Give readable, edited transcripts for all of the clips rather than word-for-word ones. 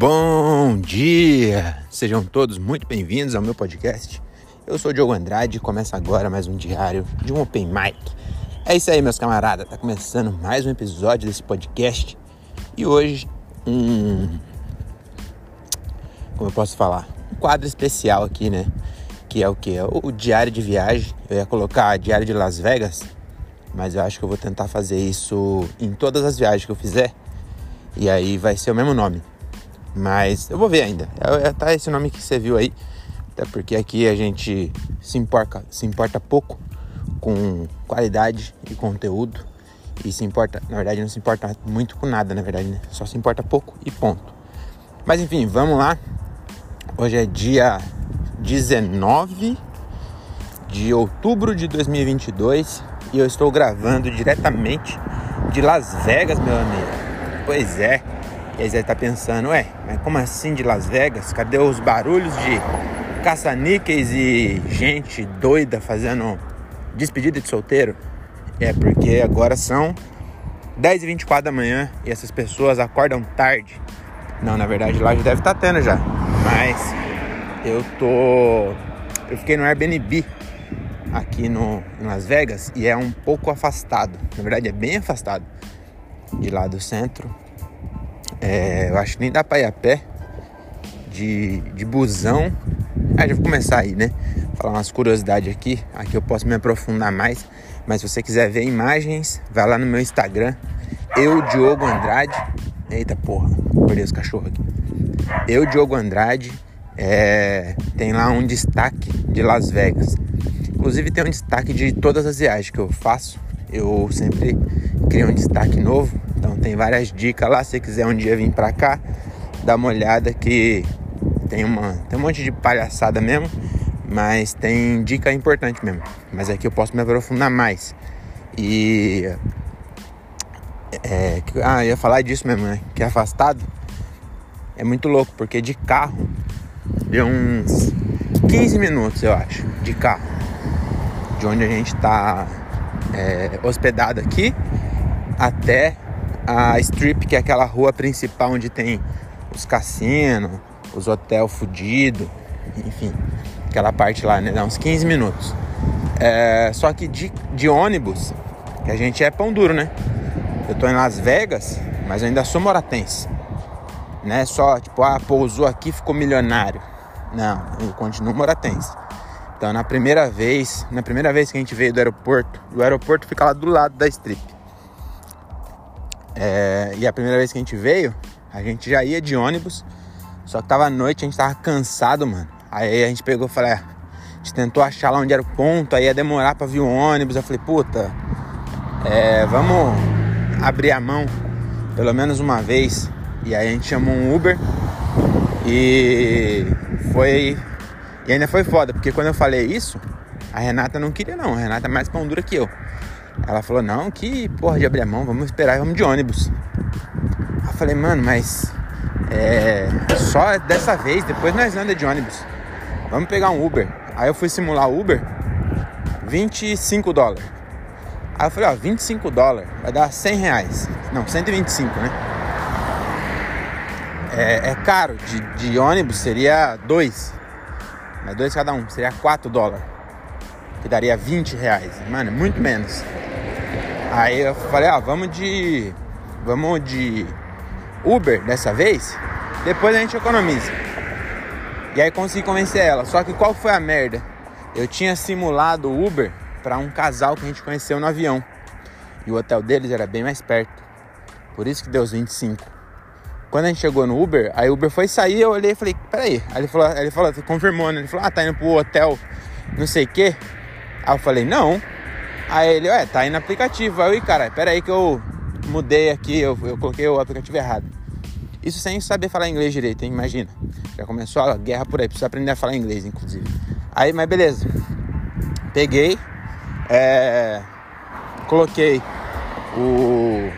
Bom dia! Sejam todos muito bem-vindos ao meu podcast. Eu sou o Diogo Andrade e começa agora mais um diário de um Open Mic. É isso aí, meus camaradas. Tá começando mais um episódio desse podcast. E hoje, como eu posso falar? Um quadro especial aqui, né? Que é o quê? O diário de viagem. Eu ia colocar diário de Las Vegas, mas eu acho que eu vou tentar fazer isso em todas as viagens que eu fizer. E aí vai ser o mesmo nome. Mas eu vou ver ainda. Tá esse nome que você viu aí. Até porque aqui a gente se importa pouco com qualidade e conteúdo. E se importa, na verdade não se importa muito com nada, na verdade, né? Só se importa pouco e ponto. Mas enfim, vamos lá. Hoje é dia 19 de outubro de 2022 e eu estou gravando diretamente de Las Vegas, meu amigo. Pois é. E aí você tá pensando, mas como assim de Las Vegas? Cadê os barulhos de caça-níqueis e gente doida fazendo despedida de solteiro? É porque agora são 10h24 da manhã e essas pessoas acordam tarde. Não, na verdade lá já deve estar tendo já. Mas eu fiquei no Airbnb aqui em Las Vegas e é um pouco afastado. Na verdade é bem afastado de lá do centro. Eu acho que nem dá pra ir a pé de busão. Já vou começar aí, né? Falar umas curiosidades aqui. Aqui eu posso me aprofundar mais. Mas se você quiser ver imagens, vai lá no meu Instagram. Diogo Andrade. Eita porra, perdi os cachorros aqui. Diogo Andrade. Tem lá um destaque de Las Vegas. Inclusive tem um destaque de todas as viagens que eu faço. Eu sempre crio um destaque novo. Então tem várias dicas lá. Se você quiser um dia vir pra cá, dá uma olhada que tem um monte de palhaçada mesmo, mas tem dica importante mesmo. Mas aqui eu posso me aprofundar mais. E eu ia falar disso mesmo, né? Que é afastado. É muito louco, porque de carro deu uns 15 minutos, eu acho, de carro, de onde a gente tá hospedado aqui até a Strip, que é aquela rua principal onde tem os cassinos, os hotéis fudidos, enfim, aquela parte lá, né? Dá uns 15 minutos. Só que de ônibus, que a gente é pão duro, né? Eu tô em Las Vegas, mas eu ainda sou moratense. Não é só, pousou aqui, ficou milionário. Não, eu continuo moratense. Então, na primeira vez que a gente veio do aeroporto fica lá do lado da Strip. E a primeira vez que a gente veio, a gente já ia de ônibus, só que tava à noite, a gente tava cansado, mano. Aí a gente pegou e falou, a gente tentou achar lá onde era o ponto, aí ia demorar pra vir o ônibus. Eu falei, vamos abrir a mão pelo menos uma vez. E aí a gente chamou um Uber e ainda foi foda, porque quando eu falei isso, a Renata não queria não, a Renata é mais pão dura que eu. Ela falou, não, que porra de abrir a mão, vamos esperar e vamos de ônibus. Eu falei, mano, mas só dessa vez, depois nós andamos de ônibus. Vamos pegar um Uber. Aí eu fui simular o Uber, $25. Aí eu falei, $25 vai dar R$100. Não, 125, né? É caro, de ônibus seria 2. Mas 2 cada um, seria $4. Que daria R$20. Mano, é muito menos. Aí eu falei, vamos de Uber dessa vez, depois a gente economiza. E aí consegui convencer ela. Só que qual foi a merda? Eu tinha simulado o Uber pra um casal que a gente conheceu no avião. E o hotel deles era bem mais perto. Por isso que deu os 25. Quando a gente chegou no Uber, aí o Uber foi sair, eu olhei e falei, peraí. Aí ele falou, confirmou, né? Ele falou, tá indo pro hotel não sei o quê. Aí eu falei, não. Aí ele, tá aí no aplicativo. Aí, cara, pera aí que eu mudei aqui, eu coloquei o aplicativo errado. Isso sem saber falar inglês direito, hein? Imagina. Já começou a guerra por aí, precisa aprender a falar inglês, inclusive. Aí, mas beleza. Peguei, coloquei o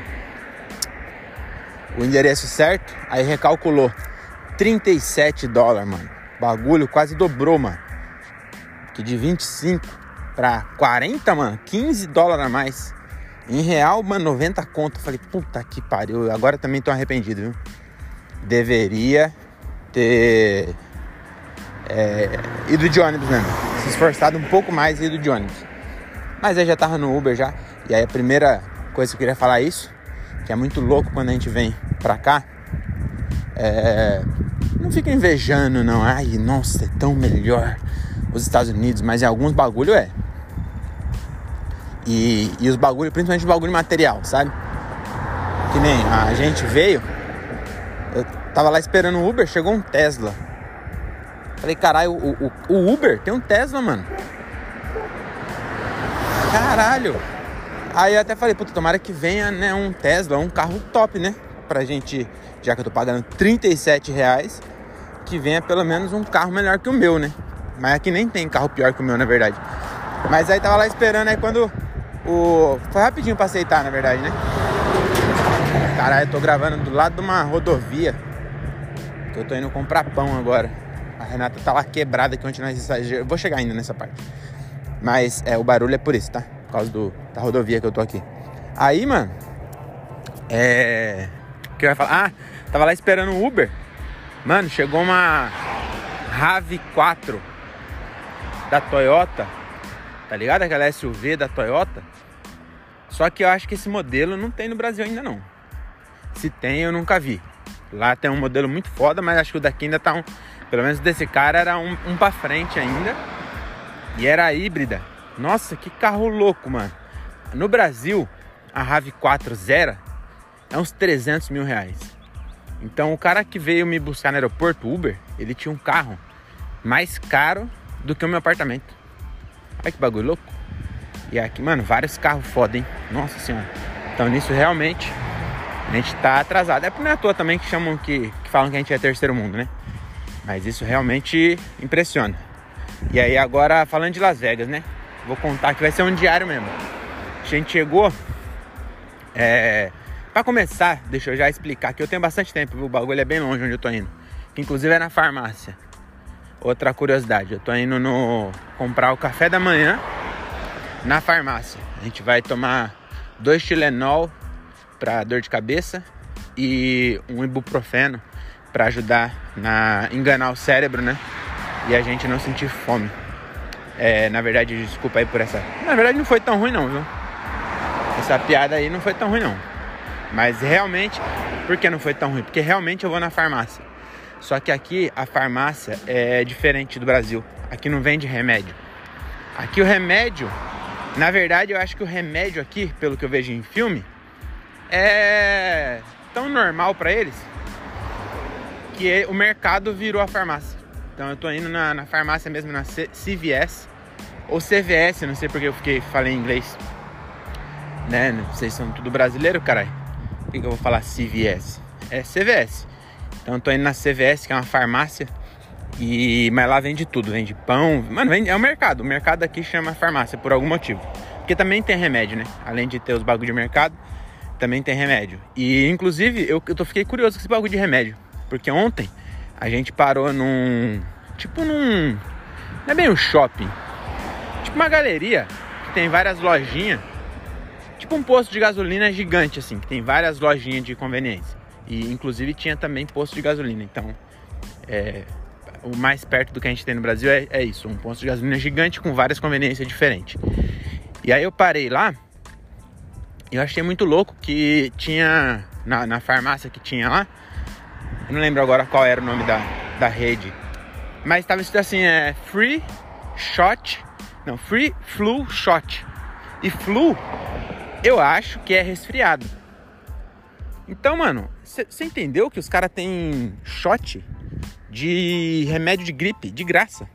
endereço certo, aí recalculou. $37, mano. Bagulho quase dobrou, mano. Que de 25 pra 40, mano, $15 a mais. Em real, mano, 90 conto. Eu falei, puta que pariu. Agora também tô arrependido, viu? deveria ter ido de ônibus mesmo. Se esforçado um pouco mais e ido de ônibus. Mas aí já tava no Uber já. E aí a primeira coisa que eu queria falar é isso, que é muito louco quando a gente vem pra cá. Não fica invejando não. Ai, nossa, é tão melhor os Estados Unidos. Mas em alguns bagulho E os bagulho, principalmente o bagulho material, sabe? Que nem a gente veio. Eu tava lá esperando o Uber, chegou um Tesla. Falei, caralho, o Uber tem um Tesla, mano. Caralho. Aí eu até falei, puta, tomara que venha, né, um Tesla, um carro top, né? Pra gente, já que eu tô pagando R$37, que venha pelo menos um carro melhor que o meu, né? Mas aqui nem tem carro pior que o meu, na verdade. Mas aí tava lá esperando, aí quando foi rapidinho pra aceitar, na verdade, né? Caralho, eu tô gravando do lado de uma rodovia, que eu tô indo comprar pão agora. A Renata tá lá quebrada, que ontem nós... Eu vou chegar ainda nessa parte. Mas o barulho é por isso, tá? Por causa da rodovia que eu tô aqui. Aí, mano, o que eu ia falar? Tava lá esperando o Uber. Mano, chegou uma RAV4 da Toyota. Tá ligado? Aquela SUV da Toyota. Só que eu acho que esse modelo não tem no Brasil ainda não. Se tem, eu nunca vi. Lá tem um modelo muito foda, mas acho que o daqui ainda tá pelo menos desse cara era um pra frente ainda. E era híbrida. Nossa, que carro louco, mano. No Brasil, a RAV4 Zero é uns R$300 mil. Então o cara que veio me buscar no aeroporto, Uber, ele tinha um carro mais caro do que o meu apartamento. Olha que bagulho louco. E aqui, mano, vários carros foda, hein? Nossa senhora. Então nisso realmente a gente tá atrasado. É porque não é à toa também que chamam que falam que a gente é terceiro mundo, né? Mas isso realmente impressiona. E aí agora falando de Las Vegas, né? Vou contar que vai ser um diário mesmo. A gente chegou. Pra começar, deixa eu já explicar que eu tenho bastante tempo, viu? O bagulho é bem longe onde eu tô indo. Que inclusive é na farmácia. Outra curiosidade, eu tô indo comprar o café da manhã na farmácia. A gente vai tomar 2 Tylenol pra dor de cabeça e um ibuprofeno pra ajudar enganar o cérebro, né? E a gente não sentir fome. Na verdade, desculpa aí por essa... Na verdade não foi tão ruim não, viu? Essa piada aí não foi tão ruim não. Mas realmente... Por que não foi tão ruim? Porque realmente eu vou na farmácia. Só que aqui a farmácia é diferente do Brasil. Aqui não vende remédio. Aqui o remédio... Na verdade eu acho que o remédio aqui, pelo que eu vejo em filme, é tão normal pra eles que o mercado virou a farmácia. Então eu tô indo na farmácia mesmo, na CVS ou CVS, não sei porque falei em inglês, né? Vocês são tudo brasileiro, caralho. Por que eu vou falar CVS? É CVS. Então eu tô indo na CVS, que é uma farmácia, mas lá vende tudo, vende pão, mano, é o mercado. O mercado aqui chama farmácia por algum motivo. Porque também tem remédio, né? Além de ter os bagulho de mercado, também tem remédio. E inclusive eu fiquei curioso com esse bagulho de remédio. Porque ontem a gente parou não é bem um shopping, tipo uma galeria que tem várias lojinhas, tipo um posto de gasolina gigante assim, que tem várias lojinhas de conveniência. E inclusive tinha também posto de gasolina. Então o mais perto do que a gente tem no Brasil é isso, um posto de gasolina gigante com várias conveniências diferentes. E aí eu parei lá e eu achei muito louco que tinha na farmácia que tinha lá. Eu não lembro agora qual era o nome da rede, mas estava escrito assim, Free Flu Shot. E flu, eu acho que é resfriado. Então, mano, você entendeu que os caras têm shot de remédio de gripe, de graça?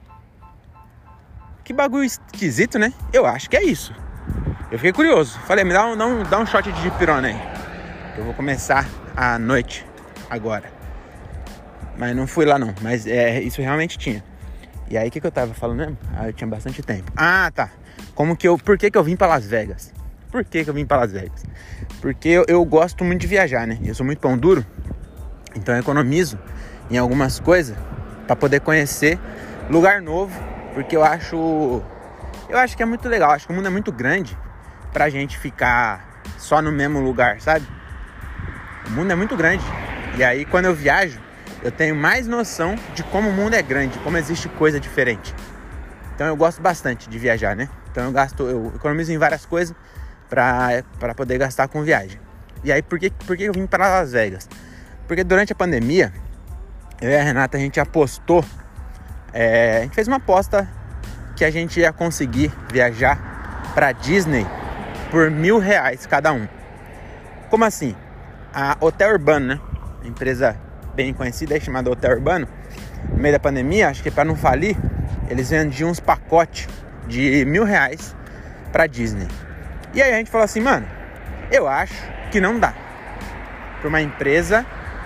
Que bagulho esquisito, né? Eu acho que é isso. Eu fiquei curioso. Falei, me dá um shot de dipirona aí. Eu vou começar à noite agora. Mas não fui lá não. Mas isso realmente tinha. E aí o que eu tava falando mesmo? Eu tinha bastante tempo. Ah, tá. Por que eu vim pra Las Vegas? Por que eu vim pra Las Vegas? Porque eu gosto muito de viajar, né? Eu sou muito pão duro. Então eu economizo em algumas coisas pra poder conhecer lugar novo. Porque eu acho que é muito legal. Acho que o mundo é muito grande pra gente ficar só no mesmo lugar, sabe? O mundo é muito grande. E aí, quando eu viajo, eu tenho mais noção de como o mundo é grande, como existe coisa diferente. Então eu gosto bastante de viajar, né? Então eu economizo em várias coisas para poder gastar com viagem. E aí, por que eu vim para Las Vegas? Porque durante a pandemia, eu e a Renata, a gente apostou, a gente fez uma aposta que a gente ia conseguir viajar para Disney por R$1.000 cada um. Como assim? A Hotel Urbano, né? Empresa bem conhecida aí, chamada Hotel Urbano, no meio da pandemia, acho que para não falir, eles vendiam uns pacotes de R$1.000 para Disney. E aí a gente falou assim, mano, eu acho que não dá para uma empresa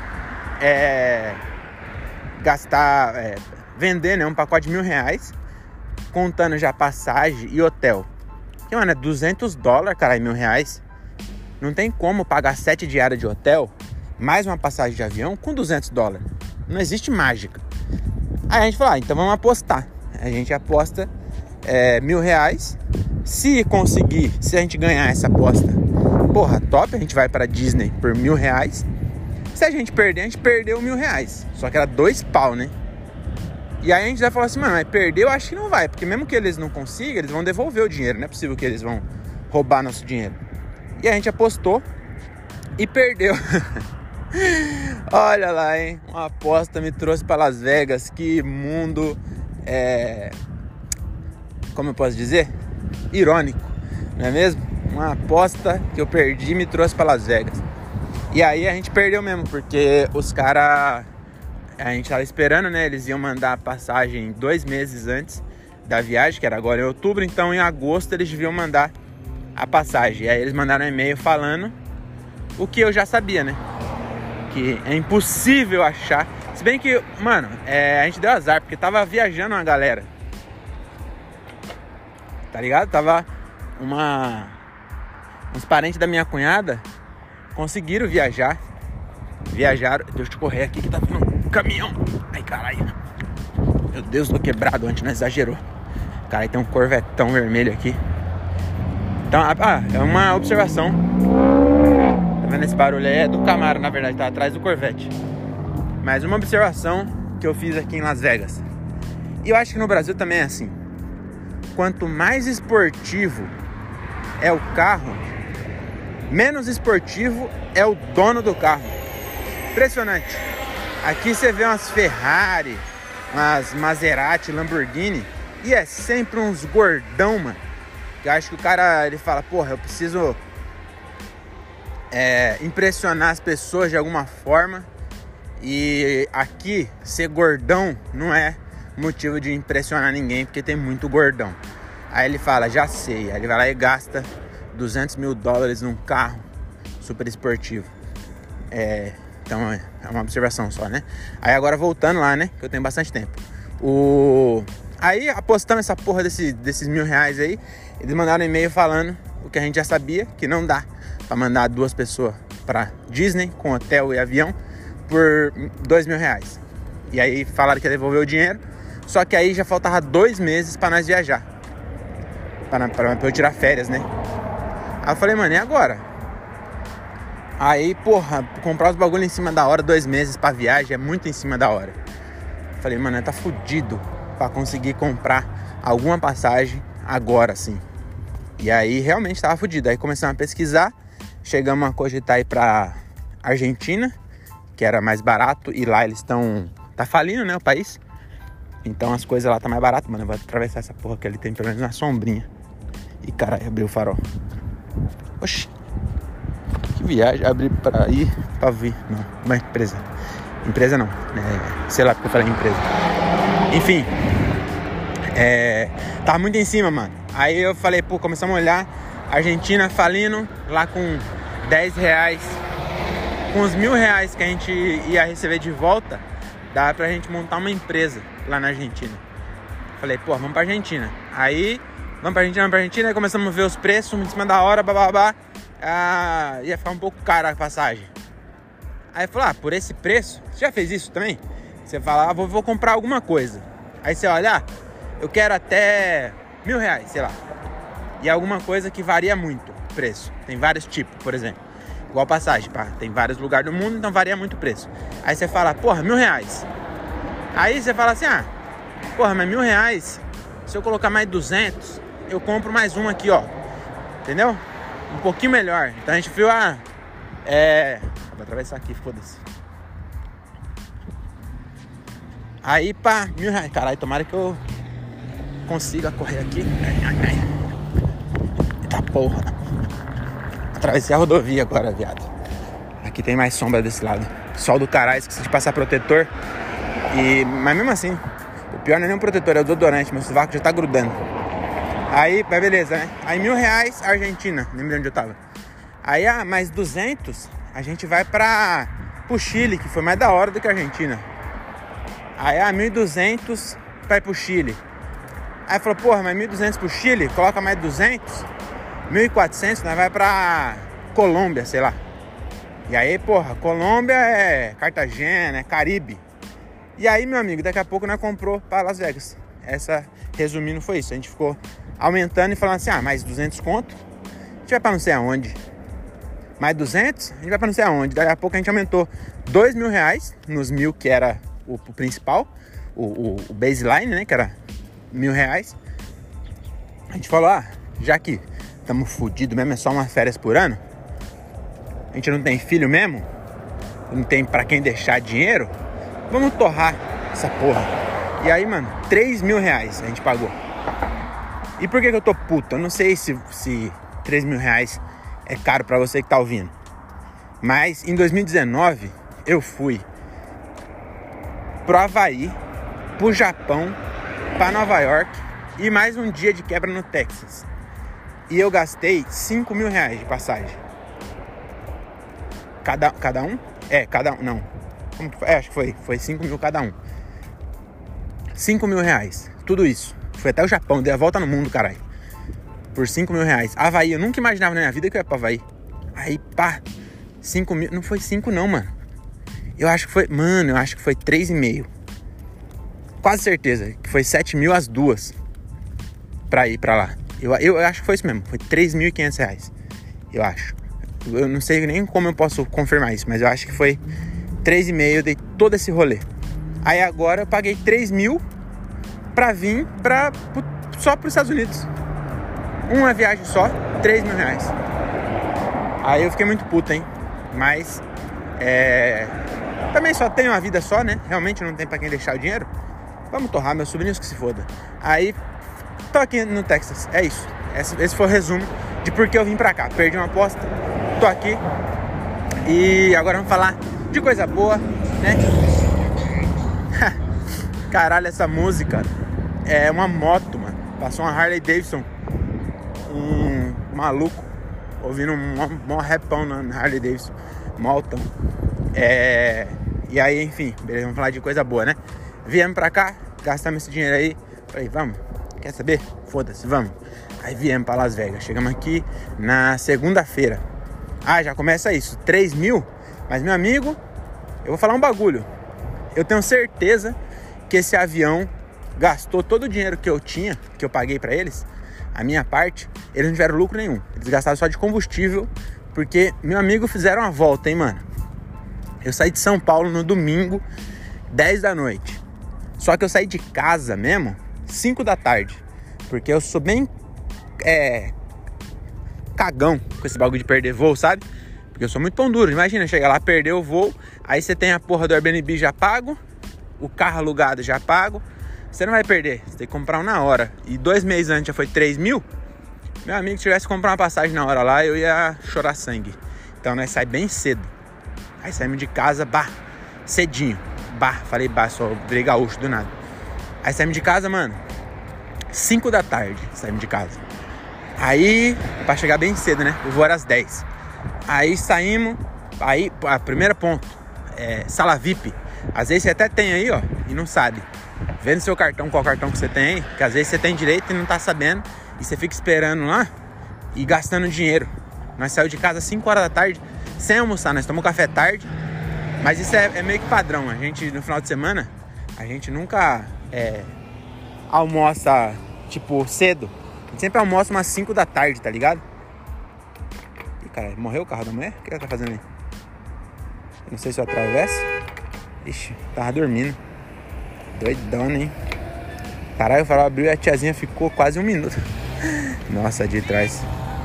vender, né, um pacote de R$1.000, contando já passagem e hotel. Que, mano, é $200, caralho, R$1.000. Não tem como pagar 7 diárias de hotel, mais uma passagem de avião com $200. Não existe mágica. Aí a gente falou, então vamos apostar. A gente aposta R$1.000. Se conseguir, se a gente ganhar essa aposta, porra, top, a gente vai pra Disney por R$1.000. Se a gente perder, a gente perdeu R$1.000. Só que era 2 pau, né? E aí a gente já falou assim, mano, mas perder eu acho que não vai. Porque mesmo que eles não consigam, eles vão devolver o dinheiro. Não é possível que eles vão roubar nosso dinheiro. E a gente apostou e perdeu. Olha lá, hein? Uma aposta me trouxe para Las Vegas. Que mundo, como eu posso dizer? Irônico, não é mesmo? Uma aposta que eu perdi me trouxe para Las Vegas. E aí a gente perdeu mesmo, porque os caras, a gente tava esperando, né? Eles iam mandar a passagem 2 meses antes da viagem, que era agora em outubro. Então em agosto eles deviam mandar a passagem. E aí eles mandaram um e-mail falando o que eu já sabia, né? Que é impossível achar. Se bem que, mano, a gente deu azar, porque tava viajando uma galera, tá ligado? Tava uns parentes da minha cunhada conseguiram viajar. Viajaram. Deixa eu correr aqui que tá vindo um caminhão. Ai, caralho. Meu Deus, tô quebrado antes, não exagerou. Caralho, tem um corvetão vermelho aqui. Então, é uma observação. Tá vendo esse barulho aí? É do Camaro, na verdade, tá atrás do Corvette. Mas uma observação que eu fiz aqui em Las Vegas. E eu acho que no Brasil também é assim. Quanto mais esportivo é o carro, menos esportivo é o dono do carro. Impressionante. Aqui você vê umas Ferrari, umas Maserati, Lamborghini, e é sempre uns gordão, mano. Eu acho que o cara, ele fala, porra, eu preciso impressionar as pessoas de alguma forma. E aqui, ser gordão não é motivo de impressionar ninguém, porque tem muito gordão. Aí ele fala, já sei. Aí ele vai lá e gasta $200 mil num carro super esportivo. Então é uma observação só, né? Aí agora voltando lá, né? Que eu tenho bastante tempo. Aí apostando essa porra desses R$1.000 aí, eles mandaram um e-mail falando o que a gente já sabia, que não dá pra mandar 2 pessoas pra Disney com hotel e avião por R$2.000. E aí falaram que ia devolver o dinheiro. Só que aí já faltava 2 meses pra nós viajar, pra eu tirar férias, né? Aí eu falei, mano, e agora? Aí, porra, comprar os bagulho em cima da hora, 2 meses pra viagem, é muito em cima da hora. Falei, mano, tá fudido pra conseguir comprar alguma passagem agora, assim. E aí, realmente tava fudido. Aí começamos a pesquisar, chegamos a cogitar ir pra Argentina, que era mais barato, e lá eles tá falindo, né, o país. Então as coisas lá tá mais barato, mano. Eu vou atravessar essa porra que ali tem pelo menos uma sombrinha. Ih, caralho, abriu o farol. Oxi. Que viagem, abri pra ir, pra vir. Não, uma empresa. Empresa não. Sei lá porque eu falei empresa. Enfim. Tava muito em cima, mano. Aí eu falei, pô, começamos a olhar. Argentina falindo, lá com R$10. Com os R$1.000 que a gente ia receber de volta, dá pra gente montar uma empresa lá na Argentina. Falei, pô, vamos pra Argentina. Aí, vamos pra Argentina, aí começamos a ver os preços em cima da hora, bababá. Ia ficar um pouco caro a passagem. Aí falou, por esse preço, você já fez isso também? Você fala, vou comprar alguma coisa. Aí você olha, eu quero até R$1.000, sei lá. E é alguma coisa que varia muito o preço. Tem vários tipos, por exemplo. igual passagem, pá. Tem vários lugares do mundo, então varia muito o preço. Aí você fala, porra, R$1.000. Aí você fala assim, porra, mas R$1.000, se eu colocar mais 200, eu compro mais um aqui, ó. Entendeu? Um pouquinho melhor. Então a gente viu vou atravessar aqui, foda-se. Aí, pá, R$1.000. Caralho, tomara que eu consiga correr aqui. Eita porra. Atravessei a rodovia agora, viado. Aqui tem mais sombra desse lado. Sol do caralho, esqueci de passar protetor. Mas mesmo assim, o pior não é nem o protetor, é o desodorante. Meu sovaco já tá grudando. Aí, mas beleza, né? Aí R$1.000, Argentina. Nem lembro onde eu tava. Aí, mais 200, a gente vai pro Chile, que foi mais da hora do que a Argentina. Aí, 1.200 pra ir pro Chile. Aí falou, porra, mas 1.200 pro Chile, coloca mais 200, 1.400, nós vai pra Colômbia, sei lá. E aí, porra, Colômbia é Cartagena, é Caribe. E aí, meu amigo, daqui a pouco nós comprou pra Las Vegas. Resumindo, foi isso. A gente ficou aumentando e falando assim, mais 200 conto, a gente vai pra não sei aonde. Mais 200, a gente vai pra não sei aonde. Daqui a pouco a gente aumentou R$2.000 nos 1.000, que era o principal, o baseline, né, que era R$1.000. A gente falou, já que estamos fodidos mesmo, é só umas férias por ano, a gente não tem filho mesmo, não tem pra quem deixar dinheiro, vamos torrar essa porra. E aí, mano, R$3.000 a gente pagou. E por que eu tô puto? Eu não sei se R$3.000 é caro pra você que tá ouvindo, mas em 2019 eu fui pro Havaí, pro Japão, pra Nova York e mais um dia de quebra no Texas. E eu gastei R$5.000 de passagem. Cada um? Cada um, não. Como que foi? Acho que foi 5.000 cada um. R$5.000, tudo isso. Fui até o Japão, dei a volta no mundo, caralho. Por R$5.000. Havaí, eu nunca imaginava na minha vida que eu ia pra Havaí. Aí, pá, 5.000, não foi 5 não, mano. Eu acho que foi 3,5. Quase certeza que foi 7.000 as duas pra ir pra lá. Eu acho que foi isso mesmo, foi R$3.500, eu acho. Eu não sei nem como eu posso confirmar isso, mas eu acho que foi 3,5, eu dei todo esse rolê. Aí agora eu paguei 3.000 pra vir só pros Estados Unidos. Uma viagem só, R$3.000. Aí eu fiquei muito puto, hein? Mas, também só tenho uma vida só, né? Realmente não tem pra quem deixar o dinheiro. Vamos torrar, meus sobrinhos que se foda. Aí, tô aqui no Texas, é isso. Esse foi o resumo de por que eu vim pra cá. Perdi uma aposta, tô aqui. E agora vamos falar de coisa boa, né? Caralho, essa música é uma moto, mano. Passou uma Harley Davidson, um maluco, ouvindo um rapão na Harley Davidson, maltão. E aí, enfim, beleza, vamos falar de coisa boa, né? Viemos pra cá, gastamos esse dinheiro aí. Falei, vamos, quer saber? Foda-se, vamos. Aí viemos pra Las Vegas, chegamos aqui na segunda-feira. Já começa isso, 3.000. Mas, meu amigo, eu vou falar um bagulho. Eu tenho certeza que esse avião gastou todo o dinheiro que eu tinha, que eu paguei pra eles, a minha parte, eles não tiveram lucro nenhum. Eles gastaram só de combustível, porque, meu amigo, fizeram uma volta, hein, mano. Eu saí de São Paulo no domingo, 10 da noite. Só que eu saí de casa mesmo, 5 da tarde. Porque eu sou bem cagão com esse bagulho de perder voo, sabe? Porque eu sou muito pão duro. Imagina, chegar lá, perder o voo, aí você tem a porra do Airbnb já pago, o carro alugado já pago. Você não vai perder, você tem que comprar um na hora. E 2 meses antes já foi 3.000. Meu amigo, se tivesse que comprar uma passagem na hora lá, eu ia chorar sangue. Então nós saímos bem cedo. Aí saímos de casa, cedinho. Falei só virei gaúcho do nada. Aí saímos de casa, mano, 5 da tarde saímos de casa. Aí, pra chegar bem cedo, né? O voo era às 10. Aí saímos. Aí, a primeira ponto, sala VIP. Às vezes você até tem aí, ó, e não sabe. Vê no seu cartão qual cartão que você tem, que às vezes você tem direito e não tá sabendo. E você fica esperando lá e gastando dinheiro. Nós saímos de casa às 5 horas da tarde, sem almoçar. Nós tomamos café tarde. Mas isso é meio que padrão. A gente, no final de semana, a gente nunca almoça, tipo, cedo. A gente sempre almoça umas 5 da tarde, tá ligado? E cara. Morreu o carro da mulher? O que ela tá fazendo aí? Não sei se eu atravesso. Ixi, tava dormindo. Doidona, hein? Caralho, o farol abriu e a tiazinha ficou quase 1 minuto. Nossa, de trás.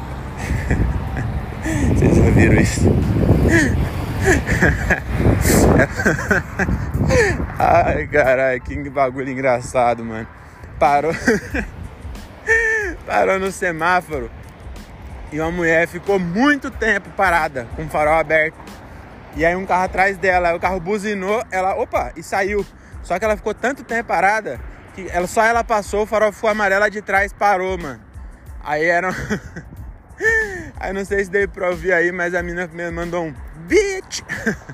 Vocês já viram isso? Ai, caralho, que bagulho engraçado, mano. Parou no semáforo e uma mulher ficou muito tempo parada com o farol aberto. E aí um carro atrás dela, aí o carro buzinou, ela, opa, e saiu. Só que ela ficou tanto tempo parada que só ela passou, o farol ficou amarelo, de trás parou, mano. Aí era aí não sei se deu pra ouvir aí, mas a menina me mandou um bitch.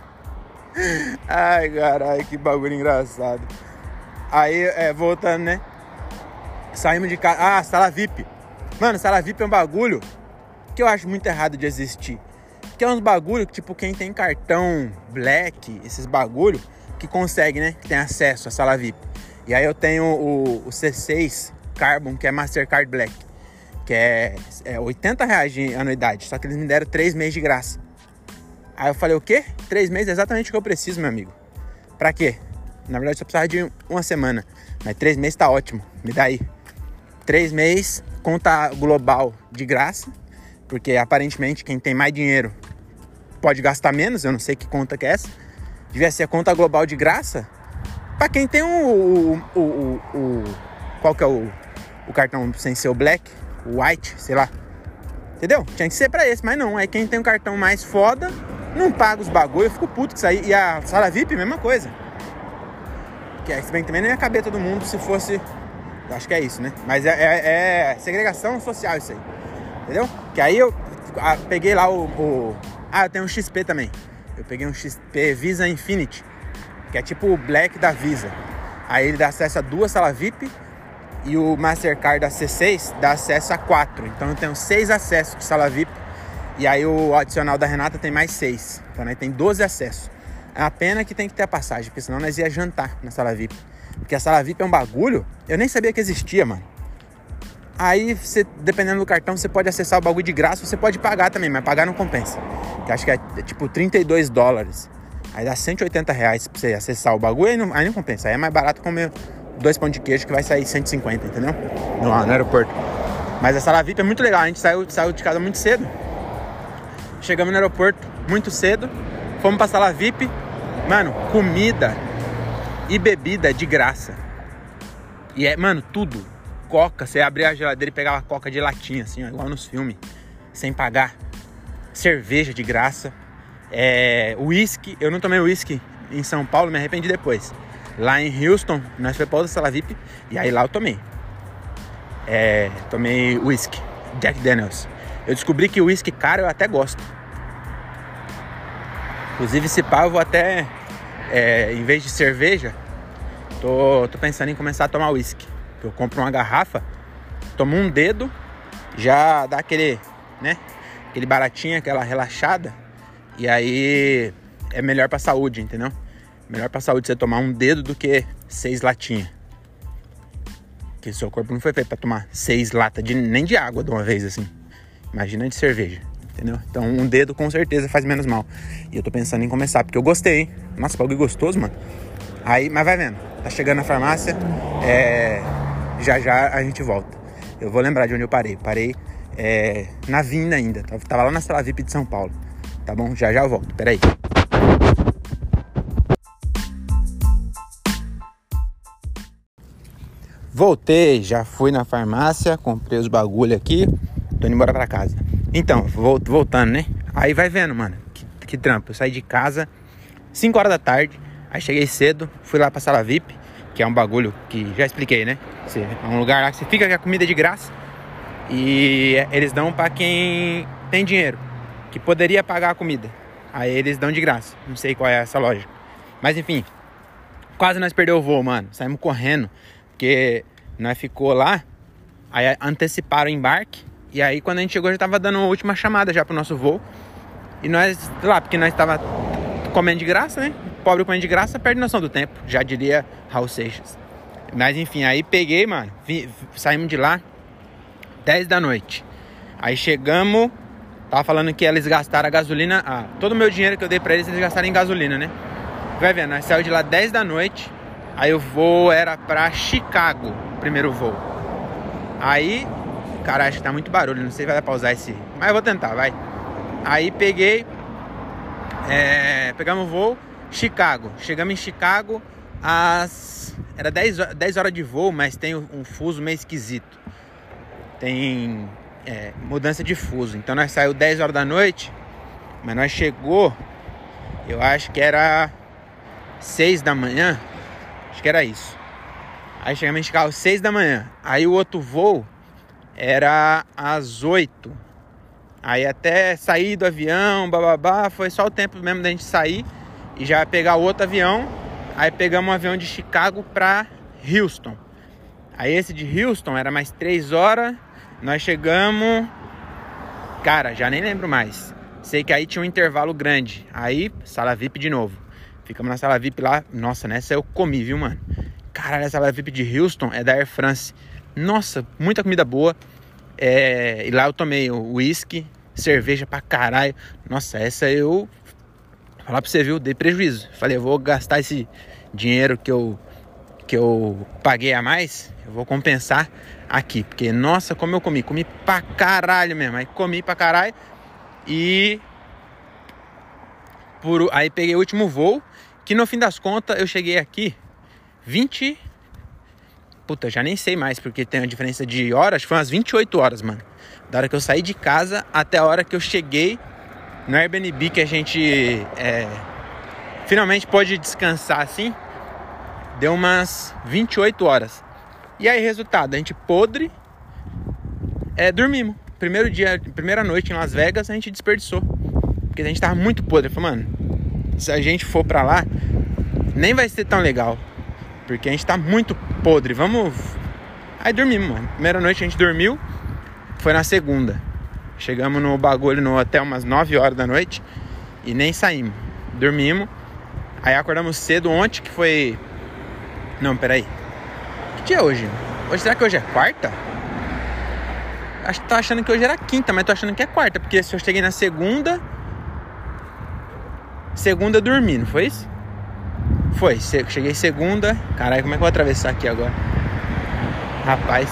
Ai, caralho, que bagulho engraçado. Aí, voltando, né? Saímos de casa. Ah, sala VIP. Mano, sala VIP é um bagulho que eu acho muito errado de existir. Que é uns bagulho que, tipo, quem tem cartão Black, esses bagulho, que consegue, né? Que tem acesso à sala VIP. E aí eu tenho o C6 Carbon, que é Mastercard Black. Que é R$80 de anuidade. Só que eles me deram 3 meses de graça. Aí eu falei, o quê? 3 meses é exatamente o que eu preciso, meu amigo. Pra quê? Na verdade, só precisava de 1 semana. Mas 3 meses tá ótimo. Me dá aí. 3 meses, conta global de graça. Porque aparentemente quem tem mais dinheiro pode gastar menos. Eu não sei que conta que é essa. Devia ser a conta global de graça. Pra quem tem qual que é o cartão sem ser o Black? O White, sei lá. Entendeu? Tinha que ser pra esse, mas não. Aí quem tem um cartão mais foda não paga os bagulho. Eu fico puto com isso aí. E a sala VIP, mesma coisa. Que se bem que também não ia caber todo mundo se fosse... Eu acho que é isso, né? Mas é segregação social isso aí. Entendeu? Que aí eu peguei lá eu tenho um XP também. Eu peguei um XP Visa Infinity, que é tipo o Black da Visa. Aí ele dá acesso a 2 salas VIP e o Mastercard da C6 dá acesso a 4. Então eu tenho 6 acessos de sala VIP. E aí o adicional da Renata tem mais 6. Então aí tem 12 acessos. É uma pena que tem que ter a passagem, porque senão nós ia jantar na sala VIP. Porque a sala VIP é um bagulho, eu nem sabia que existia, mano. Aí, você, dependendo do cartão, você pode acessar o bagulho de graça, você pode pagar também, mas pagar não compensa. Que acho que é tipo $32. Aí dá R$180 pra você acessar o bagulho, aí não compensa. Aí é mais barato comer 2 pão de queijo, que vai sair 150, entendeu? No aeroporto. Mas a sala VIP é muito legal, a gente saiu de casa muito cedo. Chegamos no aeroporto muito cedo, fomos pra sala VIP. Mano, comida e bebida de graça. E mano, tudo. Coca, você abria a geladeira e pegava coca de latinha, assim, ó, igual nos filmes, sem pagar. Cerveja de graça. Whisky, eu não tomei whisky em São Paulo, me arrependi depois. Lá em Houston, nós fomos pra outra sala VIP, e aí lá eu tomei. Tomei whisky, Jack Daniels. Eu descobri que o whisky caro eu até gosto. Inclusive, se pá, eu vou até, em vez de cerveja, tô pensando em começar a tomar whisky. Eu compro uma garrafa, tomo um dedo, já dá aquele, né? Aquele baratinho, aquela relaxada. E aí é melhor pra saúde, entendeu? Melhor pra saúde você tomar um dedo do que 6 latinhas. Porque seu corpo não foi feito pra tomar 6 latas nem de água de uma vez, assim. Imagina de cerveja, entendeu? Então um dedo com certeza faz menos mal. E eu tô pensando em começar, porque eu gostei, hein? Nossa, bagulho gostoso, mano. Aí, mas vai vendo. Tá chegando na farmácia, já a gente volta. Eu vou lembrar de onde eu parei. Parei na vinda ainda. Tava lá na sala VIP de São Paulo. Tá bom? Já eu volto. Peraí. Voltei. Já fui na farmácia. Comprei os bagulho aqui. Tô indo embora pra casa. Então, voltando, né? Aí vai vendo, mano. Que trampo. Eu saí de casa 5 horas da tarde. Aí cheguei cedo. Fui lá pra sala VIP. Que é um bagulho que já expliquei, né? É um lugar lá que você fica com a comida de graça. E eles dão pra quem tem dinheiro, que poderia pagar a comida. Aí eles dão de graça. Não sei qual é essa lógica. Mas enfim, quase nós perdemos o voo, mano. Saímos correndo, porque nós ficou lá. Aí anteciparam o embarque. E aí quando a gente chegou já tava dando a última chamada já pro nosso voo. E nós, lá, porque nós tava comendo de graça, né? Pobre comendo de graça perde noção do tempo, já diria Raul Seixas. Mas enfim, aí peguei, mano, saímos de lá 10 da noite. Aí chegamos Tava falando que eles gastaram a gasolina. Todo o meu dinheiro que eu dei pra eles gastaram em gasolina, né? Vai vendo, nós saímos de lá 10 da noite. Aí o voo era pra Chicago, o primeiro voo. Aí, cara, acho que tá muito barulho, não sei se vai dar pra usar esse. Mas eu vou tentar, vai. Aí pegamos o voo, Chicago. Chegamos em Chicago era 10 horas de voo, mas tem um fuso meio esquisito. Tem mudança de fuso. Então nós saímos 10 horas da noite, mas nós chegou, eu acho que era 6 da manhã. Acho que era isso. Aí chegamos em Chicago às 6 da manhã. Aí o outro voo era às 8. Aí até sair do avião, bababá, foi só o tempo mesmo da gente sair e já pegar o outro avião. Aí pegamos um avião de Chicago pra Houston. Aí esse de Houston era mais 3 horas. Nós chegamos... Cara, já nem lembro mais. Sei que aí tinha um intervalo grande. Aí, sala VIP de novo. Ficamos na sala VIP lá. Nossa, nessa eu comi, viu, mano? Caralho, a sala VIP de Houston é da Air France. Nossa, muita comida boa. E lá eu tomei uísque, cerveja pra caralho. Nossa, essa eu... Falar pra você, viu? Dei prejuízo. Falei, eu vou gastar esse dinheiro que eu paguei a mais. Eu vou compensar aqui. Porque, nossa, como eu comi. Comi pra caralho mesmo. Aí comi pra caralho. E... Aí peguei o último voo. Que no fim das contas eu cheguei aqui 20... Puta, já nem sei mais, porque tem uma diferença de horas. Foi umas 28 horas, mano. Da hora que eu saí de casa até a hora que eu cheguei no Airbnb, que a gente finalmente pôde descansar assim. Deu umas 28 horas. E aí, resultado, a gente podre, dormimos. Primeira noite em Las Vegas, a gente desperdiçou. Porque a gente tava muito podre. Eu falei, mano, se a gente for pra lá, nem vai ser tão legal. Porque a gente tá muito podre. Vamos... Aí dormimos, mano. Primeira noite a gente dormiu. Foi na segunda. Chegamos no bagulho no hotel umas 9 horas da noite. E nem saímos. Dormimos. Aí acordamos cedo ontem, que foi... Não, peraí. Que dia é hoje? Será que hoje é quarta? Tô achando que hoje era quinta, mas tô achando que é quarta. Porque se eu cheguei na segunda... Segunda dormi, não foi isso? Foi, cheguei segunda. Caralho, como é que eu vou atravessar aqui agora? Rapaz,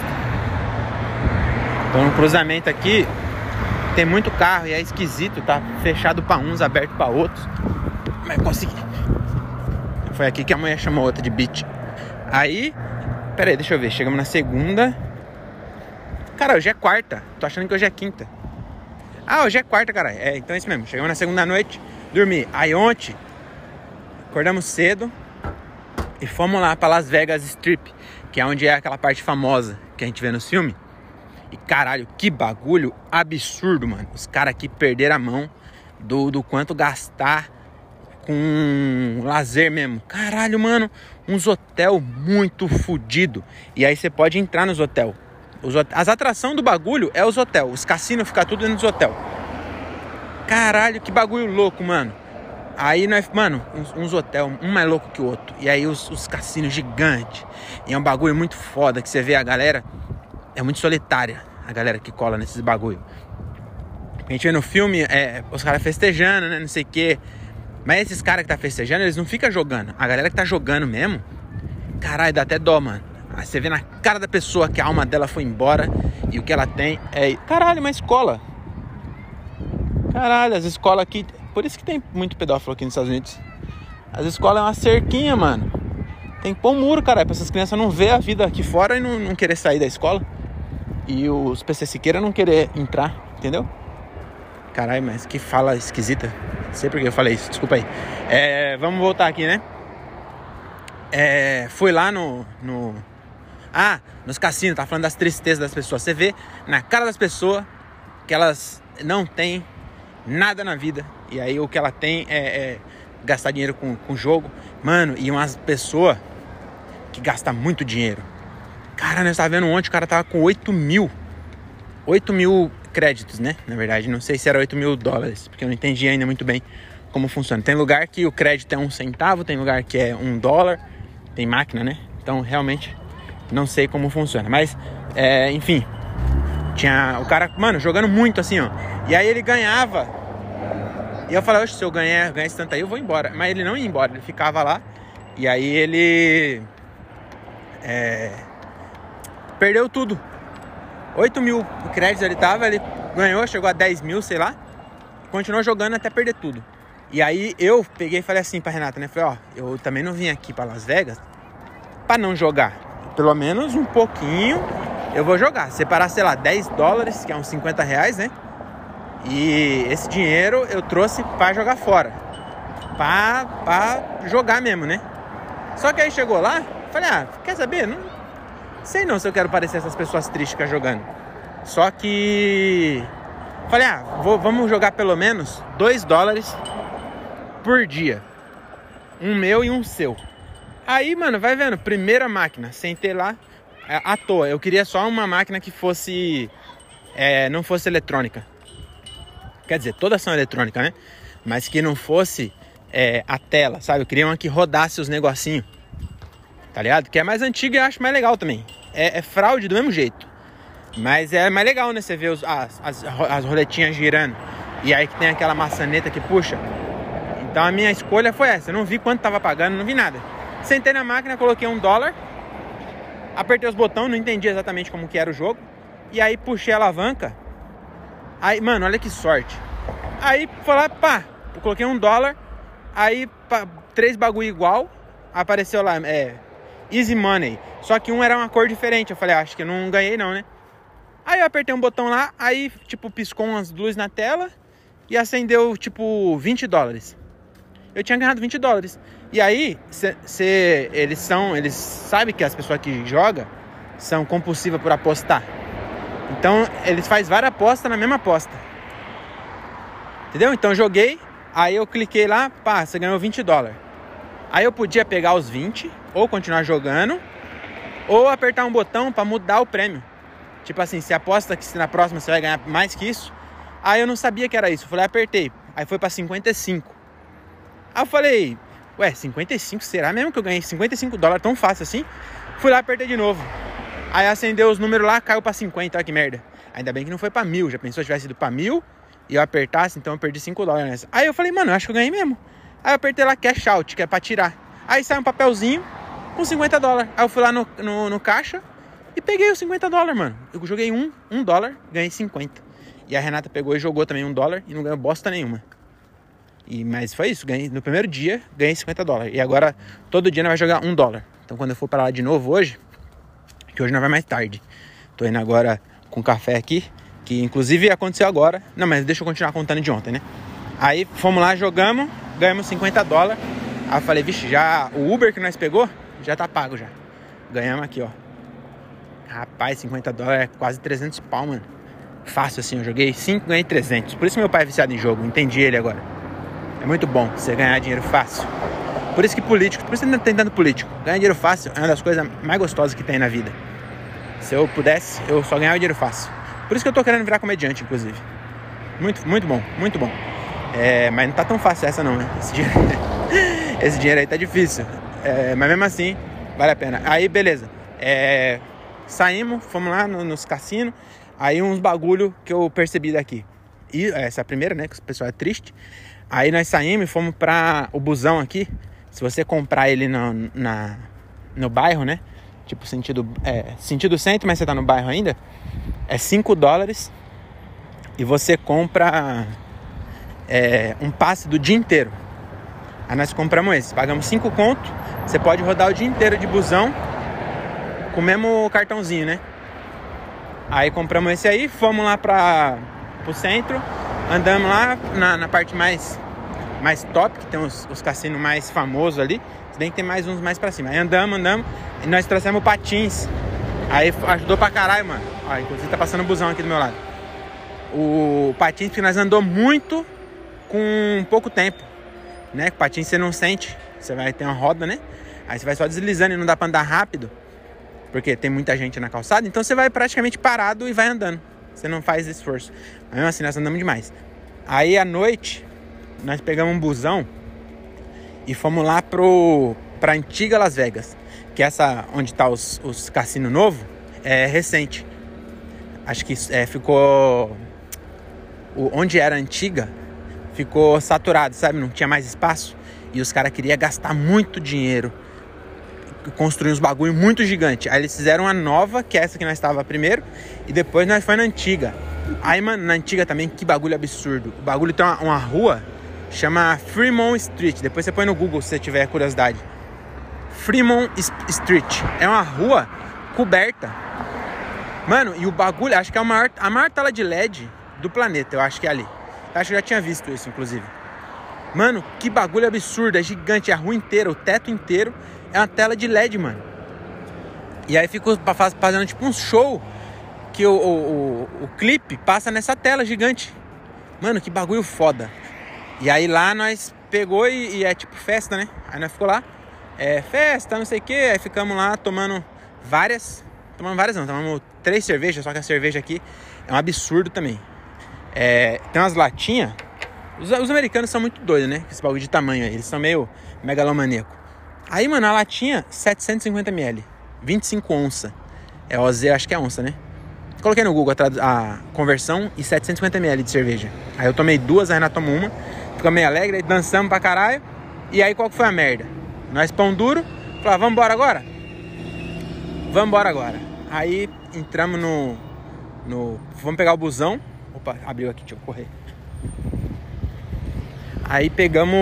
tô no cruzamento aqui. Tem muito carro e é esquisito. Tá fechado pra uns, aberto pra outros. Mas consegui. Foi aqui que a mulher chamou outra de bitch. Aí, pera aí, deixa eu ver. Chegamos na segunda. Cara, hoje é quarta. Tô achando que hoje é quinta. Hoje é quarta, caralho. Então é isso mesmo. Chegamos na segunda noite, dormi. Aí ontem acordamos cedo e fomos lá pra Las Vegas Strip, que é onde é aquela parte famosa que a gente vê no filme. E caralho, que bagulho absurdo, mano. Os caras aqui perderam a mão do quanto gastar com lazer mesmo. Caralho, mano, uns hotel muito fodido. E aí você pode entrar nos hotel. As atrações do bagulho é os hotel. Os cassinos ficam tudo dentro dos hotel. Caralho, que bagulho louco, mano. Aí nós, mano, uns hotel, um mais louco que o outro. E aí os cassinos gigantes. E é um bagulho muito foda que você vê a galera. É muito solitária a galera que cola nesses bagulho. A gente vê no filme, os caras festejando, né, não sei o quê. Mas esses caras que tá festejando, eles não ficam jogando. A galera que tá jogando mesmo, caralho, dá até dó, mano. Aí você vê na cara da pessoa que a alma dela foi embora. E o que ela tem é... Caralho, uma escola. Caralho, as escolas aqui... Por isso que tem muito pedófilo aqui nos Estados Unidos. As escolas é uma cerquinha, mano. Tem que pôr um muro, caralho, pra essas crianças não ver a vida aqui fora e não querer sair da escola. E os PC Siqueira não querer entrar, entendeu? Caralho, mas que fala esquisita. Não sei por que eu falei isso, desculpa aí. Vamos voltar aqui, né? Fui lá nos cassinos, tá falando das tristezas das pessoas. Você vê na cara das pessoas que elas não têm nada na vida. E aí o que ela tem é gastar dinheiro com jogo. Mano, e umas pessoas que gastam muito dinheiro. Cara, nós tava vendo ontem, o cara tava com 8 mil créditos, né? Na verdade, não sei se era 8 mil dólares, porque eu não entendi ainda muito bem como funciona. Tem lugar que o crédito é 1 centavo, tem lugar que é $1, tem máquina, né? Então, realmente, não sei como funciona. Mas, enfim, Tinha o cara, mano, jogando muito assim, ó. E aí ele ganhava. E eu falei, oxe, se eu ganhar esse tanto aí, eu vou embora. Mas ele não ia embora, ele ficava lá. E aí ele... perdeu tudo. 8 mil créditos ele tava, ele ganhou, chegou a 10 mil, sei lá. Continuou jogando até perder tudo. E aí eu peguei e falei assim pra Renata, né? Falei, ó, eu também não vim aqui pra Las Vegas pra não jogar. Pelo menos um pouquinho eu vou jogar. Separar, sei lá, 10 dólares, que é uns 50 reais, né? E esse dinheiro eu trouxe pra jogar fora. Pra jogar mesmo, né? Só que aí chegou lá, falei, quer saber? Não sei não se eu quero parecer essas pessoas tristes que estão jogando. Só que... falei, vamos jogar pelo menos 2 dólares por dia. Um meu e um seu. Aí, mano, vai vendo, primeira máquina, sentei lá, à toa. Eu queria só uma máquina que fosse... não fosse eletrônica. Quer dizer, todas são eletrônicas, né? Mas que não fosse a tela, sabe? Eu queria uma que rodasse os negocinhos. Tá ligado? Que é mais antiga e eu acho mais legal também. É fraude do mesmo jeito. Mas é mais legal, né? Você vê as roletinhas girando. E aí que tem aquela maçaneta que puxa. Então a minha escolha foi essa. Eu não vi quanto tava pagando, não vi nada. Sentei na máquina, coloquei $1. Apertei os botões, não entendi exatamente como que era o jogo. E aí puxei a alavanca. Aí, mano, olha que sorte. Aí foi lá, pá. Eu coloquei $1. Aí, 3 bagulho igual. Apareceu lá, Easy Money. Só que um era uma cor diferente. Eu falei, acho que eu não ganhei não, né? Aí eu apertei um botão lá. Aí, tipo, piscou umas luzes na tela. E acendeu, tipo, $20. Eu tinha ganhado $20. E aí, eles sabem que as pessoas que jogam são compulsivas por apostar. Então, eles fazem várias apostas na mesma aposta. Entendeu? Então, eu joguei. Aí eu cliquei lá. Pá, você ganhou $20. Aí eu podia pegar os 20, ou continuar jogando, ou apertar um botão pra mudar o prêmio. Tipo assim, se aposta que na próxima você vai ganhar mais que isso. Aí eu não sabia que era isso. Eu falei, apertei. Aí foi pra 55. Aí eu falei, 55? Será mesmo que eu ganhei $55 tão fácil assim? Fui lá, apertei de novo. Aí acendeu os números lá, caiu pra 50, olha que merda. Ainda bem que não foi pra 1.000. Já pensou se tivesse ido pra 1.000 e eu apertasse, então eu perdi $5 nessa. Aí eu falei, mano, eu acho que eu ganhei mesmo. Aí eu apertei lá cash out, que é pra tirar. Aí sai um papelzinho com $50. Aí eu fui lá no caixa e peguei os $50, mano. Eu joguei $1, ganhei 50. E a Renata pegou e jogou também $1 e não ganhou bosta nenhuma. Mas foi isso, ganhei no primeiro dia, ganhei $50. E agora todo dia nós vai jogar $1. Então quando eu for pra lá de novo hoje, que hoje nós vai mais tarde. Tô indo agora com café aqui, que inclusive aconteceu agora. Não, mas deixa eu continuar contando de ontem, né? Aí fomos lá, jogamos, ganhamos $50. Aí eu falei, vixe, já o Uber que nós pegou, já tá pago já. Ganhamos aqui, ó. Rapaz, $50 é quase 300 pau, mano. Fácil assim, eu joguei 5, ganhei 300. Por isso meu pai é viciado em jogo, entendi ele agora. É muito bom você ganhar dinheiro fácil. Por isso que político, por isso que tem tanto político. Ganhar dinheiro fácil é uma das coisas mais gostosas que tem na vida. Se eu pudesse, eu só ganhava dinheiro fácil. Por isso que eu tô querendo virar comediante, inclusive. Muito, muito bom, muito bom. Mas não tá tão fácil essa não, né? Esse dinheiro aí tá difícil. Mas mesmo assim, vale a pena. Aí, beleza. Saímos, fomos lá nos cassinos. Aí uns bagulho que eu percebi daqui. E essa é a primeira, né? Que o pessoal é triste. Aí nós saímos e fomos pra o busão aqui. Se você comprar ele no bairro, né? Tipo, sentido centro, mas você tá no bairro ainda. É $5. E você compra um passe do dia inteiro. Aí nós compramos esse. Pagamos 5 conto. Você pode rodar o dia inteiro de busão com o mesmo cartãozinho, né? Aí compramos esse aí. Fomos lá pro centro. Andamos lá na parte mais top, que tem os cassinos mais famosos ali. Se bem que tem mais uns mais pra cima. Aí andamos. E nós trouxemos patins. Aí ajudou pra caralho, mano. Ó, inclusive tá passando um busão aqui do meu lado. O patins, porque nós andou muito com pouco tempo, né? Com patins você não sente. Você vai ter uma roda, né? Aí você vai só deslizando e não dá pra andar rápido, porque tem muita gente na calçada. Então você vai praticamente parado e vai andando. Você não faz esforço. Mas mesmo assim, nós andamos demais. Aí à noite, nós pegamos um busão e fomos lá pra antiga Las Vegas. Que essa onde tá os cassinos novos é recente. Acho que ficou... Onde era antiga, ficou saturado, sabe? Não tinha mais espaço. E os caras queriam gastar muito dinheiro, construir uns bagulho muito gigante. Aí eles fizeram uma nova, que é essa que nós estava primeiro, e depois nós foi na antiga. Aí, mano, na antiga também, que bagulho absurdo. O bagulho tem uma rua, chama Fremont Street. Depois você põe no Google se você tiver curiosidade. Fremont Street. É uma rua coberta. Mano, e o bagulho, acho que é a maior tela de LED do planeta, eu acho que é ali. Eu acho que eu já tinha visto isso, inclusive. Mano, que bagulho absurdo, é gigante, a rua inteira, o teto inteiro é uma tela de LED, mano. E aí ficou fazendo tipo um show que o clipe passa nessa tela gigante. Mano, que bagulho foda. E aí lá nós pegou e é tipo festa, né? Aí nós ficou lá, festa, não sei o que. Aí ficamos lá tomando várias não, tomamos 3 cervejas. Só que a cerveja aqui é um absurdo também. Tem umas latinhas. Os americanos são muito doidos, né? Esse bagulho de tamanho aí, eles são meio megalomaníaco. Aí, mano, a latinha 750ml, 25 onças. É OZ, acho que é onça, né? Coloquei no Google a conversão e 750ml de cerveja. Aí eu tomei 2, a Renata tomou uma. Ficou meio alegre, aí dançamos pra caralho. E aí qual que foi a merda? Nós pão duro, falamos, vamos embora agora? Vamos embora agora. Aí entramos no... Vamos pegar o busão. Opa, abriu aqui, deixa eu correr. Aí pegamos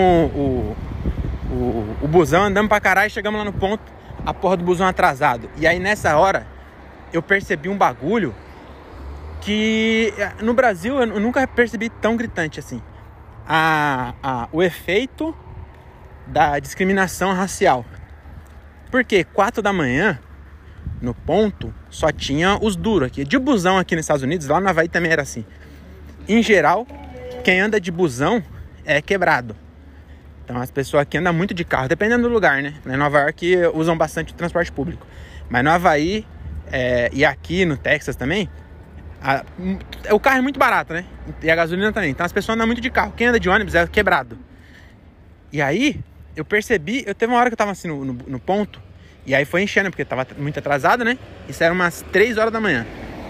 o busão, andamos pra caralho, chegamos lá no ponto, a porra do busão atrasado. E aí nessa hora, eu percebi um bagulho que no Brasil eu nunca percebi tão gritante assim. O efeito da discriminação racial. Porque 4 da manhã, no ponto, só tinha os duros aqui. De busão aqui nos Estados Unidos, lá no Havaí também era assim. Em geral, quem anda de busão é quebrado. Então as pessoas aqui andam muito de carro, dependendo do lugar, né? Em Nova York usam bastante o transporte público. Mas no Havaí e aqui no Texas também, o carro é muito barato, né? E a gasolina também. Então as pessoas andam muito de carro. Quem anda de ônibus é quebrado. E aí, eu percebi, teve uma hora que eu tava assim no ponto, e aí foi enchendo, porque tava muito atrasado, né? Isso era umas 3 horas da manhã.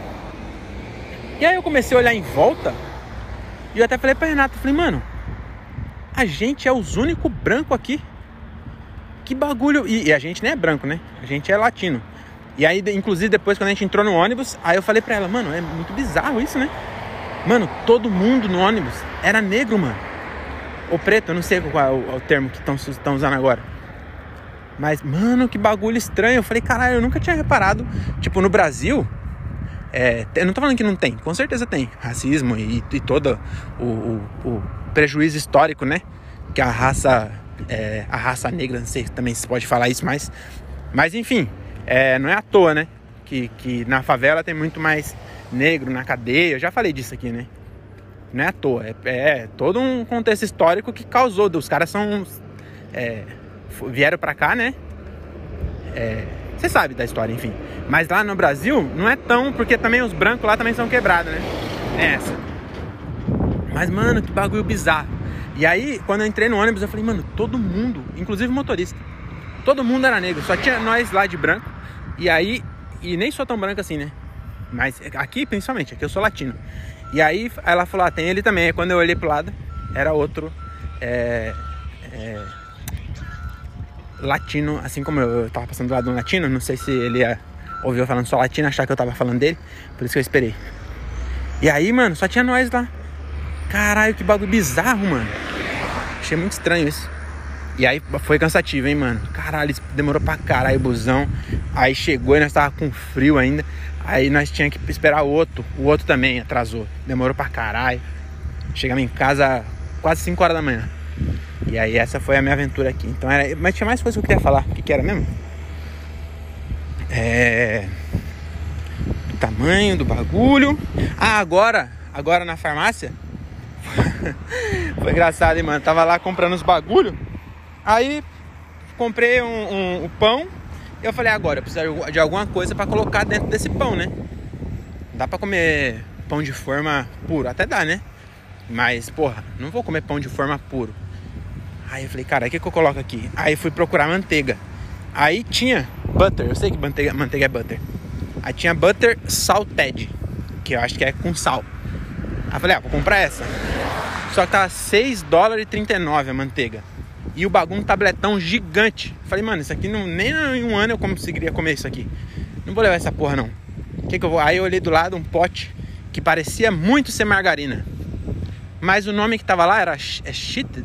E aí eu comecei a olhar em volta, e eu até falei pra Renata, falei, mano, a gente é os únicos brancos aqui. Que bagulho. E a gente nem é branco, né? A gente é latino. E aí, inclusive, depois quando a gente entrou no ônibus, aí eu falei pra ela, mano, é muito bizarro isso, né? Mano, todo mundo no ônibus era negro, mano. Ou preto, eu não sei qual é o termo que estão usando agora. Mas, mano, que bagulho estranho. Eu falei, caralho, eu nunca tinha reparado. Tipo, no Brasil, eu não tô falando que não tem, com certeza tem racismo e todo o prejuízo histórico, né? Que a raça negra, não sei também se pode falar isso, mas enfim, não é à toa, né? Que na favela tem muito mais negro na cadeia. Eu já falei disso aqui, né? Não é à toa, é todo um contexto histórico que causou. Os caras vieram pra cá, né? Você sabe da história, enfim. Mas lá no Brasil não é tão, porque também os brancos lá também são quebrados, né? Mas, mano, que bagulho bizarro. E aí, quando eu entrei no ônibus, eu falei, mano, todo mundo, inclusive o motorista, todo mundo era negro, só tinha nós lá de branco. E aí, e nem sou tão branco assim, né? Mas aqui, principalmente, aqui eu sou latino. E aí, ela falou, tem ele também. Aí quando eu olhei pro lado, era outro latino, assim como eu tava passando do lado de um latino. Não sei se ele ouviu falando só latino, achar que eu tava falando dele. Por isso que eu esperei. E aí, mano, só tinha nós lá. Caralho, que bagulho bizarro, mano. Achei muito estranho isso. E aí foi cansativo, hein, mano. Caralho, demorou pra caralho o busão. Aí chegou e nós tava com frio ainda. Aí nós tínhamos que esperar o outro. O outro também atrasou. Demorou pra caralho. Chegamos em casa quase 5 horas da manhã. E aí essa foi a minha aventura aqui. Então mas tinha mais coisa que eu queria falar. O que era mesmo? Do tamanho do bagulho. Agora na farmácia foi engraçado, hein, mano. Tava lá comprando os bagulho. Aí comprei um pão. E eu falei, agora eu preciso de alguma coisa pra colocar dentro desse pão, né? Dá pra comer pão de forma puro? Até dá, né? Mas, porra, não vou comer pão de forma puro. Aí eu falei, cara, o que eu coloco aqui? Aí fui procurar manteiga. Aí tinha butter, eu sei que manteiga é butter. Aí tinha butter salted. que eu acho que é com sal. Aí eu falei, vou comprar essa. Só que tava $6,39 a manteiga. E o bagulho, um tabletão gigante. Eu falei, mano, isso aqui nem em um ano eu conseguiria comer isso aqui. Não vou levar essa porra, não. Que eu vou? Aí eu olhei do lado um pote que parecia muito ser margarina. Mas o nome que tava lá era Sheets.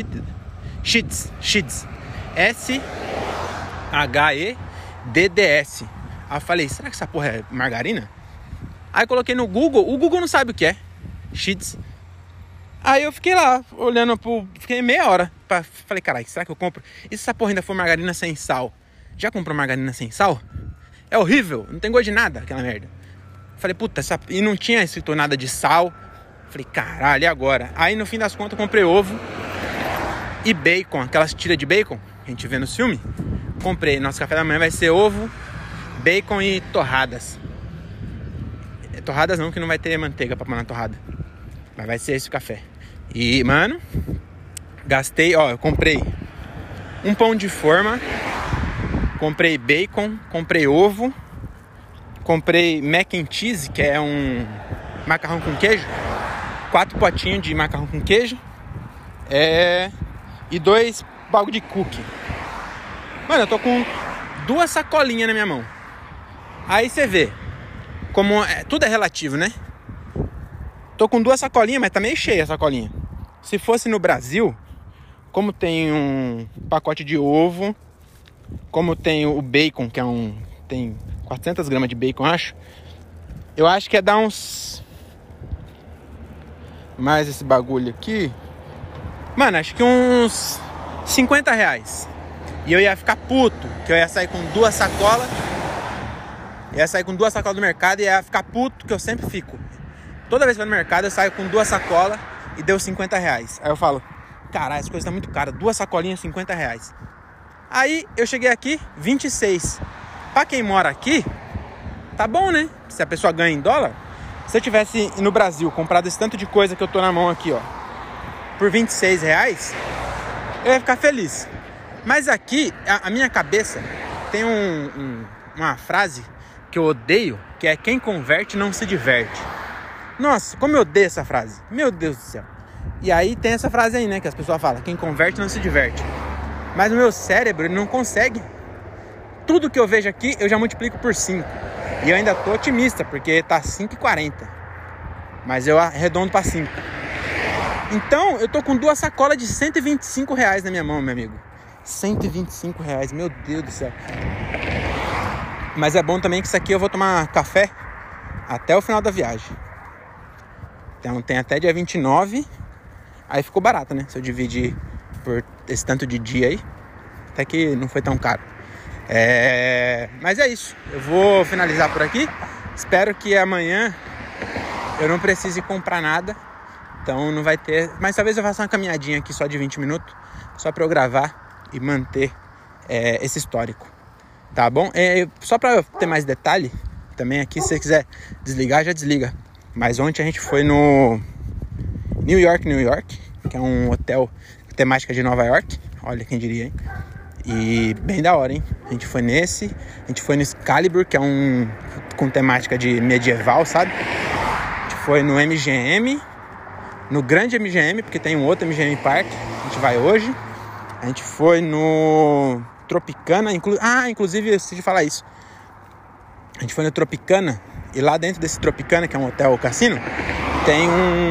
S-H-E-D-D-S. Aí eu falei, será que essa porra é margarina? Aí eu coloquei no Google. O Google não sabe o que é Sheets. Aí eu fiquei lá, olhando fiquei meia hora. Falei, caralho, será que eu compro? E se essa porra ainda for margarina sem sal? Já comprou margarina sem sal? É horrível, não tem gosto de nada, aquela merda. Falei, puta, e não tinha escrito nada de sal. Falei, caralho, e agora? Aí no fim das contas eu comprei ovo e bacon, aquelas tiras de bacon que a gente vê no filme. Comprei, nosso café da manhã vai ser ovo, bacon e torradas. Torradas não, que não vai ter manteiga pra pôr na torrada. Mas vai ser esse o café. E, mano, gastei, eu comprei um pão de forma, comprei bacon, comprei ovo, comprei mac and cheese, que é um macarrão com queijo, 4 potinhos de macarrão com queijo, e 2 bagulho de cookie. Mano, eu tô com 2 sacolinhas na minha mão. Aí você vê como tudo é relativo, né? Tô com 2 sacolinhas, mas tá meio cheia a sacolinha. Se fosse no Brasil, como tem um pacote de ovo, como tem o bacon, que tem 400 gramas de bacon, acho. Eu acho que ia dar uns... Mais esse bagulho aqui. Mano, acho que uns R$50. E eu ia ficar puto, que eu ia sair com 2 sacolas. Ia sair com 2 sacolas do mercado e ia ficar puto, que eu sempre fico. Toda vez que eu vou no mercado, eu saio com 2 sacolas e deu R$50. Aí eu falo, caralho, essa coisa tá muito cara. 2 sacolinhas, R$50. Aí eu cheguei aqui, 26. Pra quem mora aqui, tá bom, né? Se a pessoa ganha em dólar. Se eu tivesse no Brasil comprado esse tanto de coisa que eu tô na mão aqui, por R$26, eu ia ficar feliz. Mas aqui, a minha cabeça tem uma frase que eu odeio, que é: quem converte não se diverte. Nossa, como eu odeio essa frase. Meu Deus do céu. E aí tem essa frase aí, né, que as pessoas falam: quem converte não se diverte. Mas o meu cérebro, ele não consegue. Tudo que eu vejo aqui, eu já multiplico por 5. E eu ainda tô otimista, porque tá 5,40. Mas eu arredondo pra 5. Então, eu tô com 2 sacolas de R$125 na minha mão, meu amigo. R$125, meu Deus do céu. Mas é bom também que isso aqui eu vou tomar café até o final da viagem. Então tem até dia 29. Aí ficou barato, né? Se eu dividir por esse tanto de dia aí, até que não foi tão caro. Mas é isso. Eu vou finalizar por aqui. Espero que amanhã eu não precise comprar nada. Então não vai ter... Mas talvez eu faça uma caminhadinha aqui só de 20 minutos. Só pra eu gravar e manter esse histórico. Tá bom? Só pra ter mais detalhe, também aqui, se você quiser desligar, já desliga. Mas ontem a gente foi no New York, que é um hotel com temática de Nova York. Olha quem diria, hein? E bem da hora, hein? A gente foi nesse. A gente foi no Excalibur, que é com temática de medieval, sabe? A gente foi no MGM, no grande MGM, porque tem um outro MGM Park. A gente vai hoje. A gente foi no Tropicana. Inclusive, eu esqueci de falar isso. A gente foi no Tropicana. E lá dentro desse Tropicana, que é um hotel cassino, tem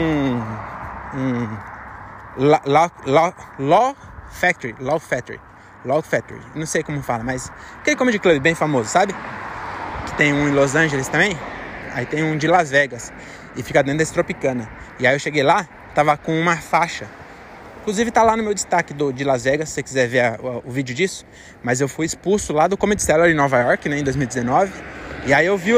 Law Factory, não sei como fala, mas aquele comedy club bem famoso, sabe? Que tem um em Los Angeles também. Aí tem um de Las Vegas. E fica dentro desse Tropicana. E aí eu cheguei lá, tava com uma faixa. Inclusive tá lá no meu destaque de Las Vegas, se você quiser ver o vídeo disso. Mas eu fui expulso lá do Comedy Cellar em Nova York, né, em 2019. E aí eu vi o